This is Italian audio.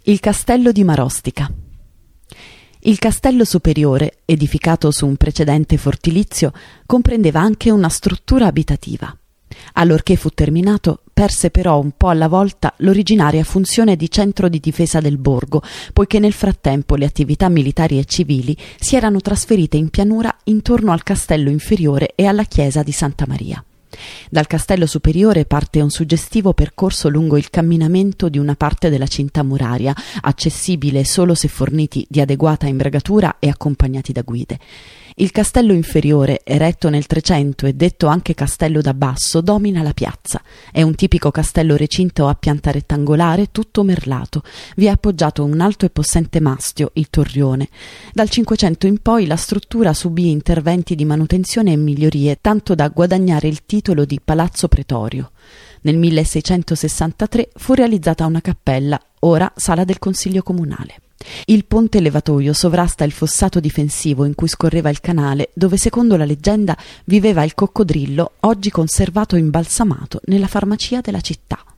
Il castello di Marostica. Il castello superiore, edificato su un precedente fortilizio, comprendeva anche una struttura abitativa. Allorché fu terminato, perse però un po' alla volta l'originaria funzione di centro di difesa del borgo, poiché nel frattempo le attività militari e civili si erano trasferite in pianura intorno al castello inferiore e alla chiesa di Santa Maria. Dal castello superiore parte un suggestivo percorso lungo il camminamento di una parte della cinta muraria, accessibile solo se forniti di adeguata imbragatura e accompagnati da guide. Il castello inferiore, eretto nel 300 e detto anche castello da basso, domina la piazza. È un tipico castello recinto a pianta rettangolare, tutto merlato. Vi è appoggiato un alto e possente mastio, il torrione. Dal 500 in poi la struttura subì interventi di manutenzione e migliorie, tanto da guadagnare il titolo di Palazzo Pretorio. Nel 1663 fu realizzata una cappella, ora sala del Consiglio Comunale. Il ponte levatoio sovrasta il fossato difensivo in cui scorreva il canale, dove secondo la leggenda viveva il coccodrillo, oggi conservato imbalsamato nella farmacia della città.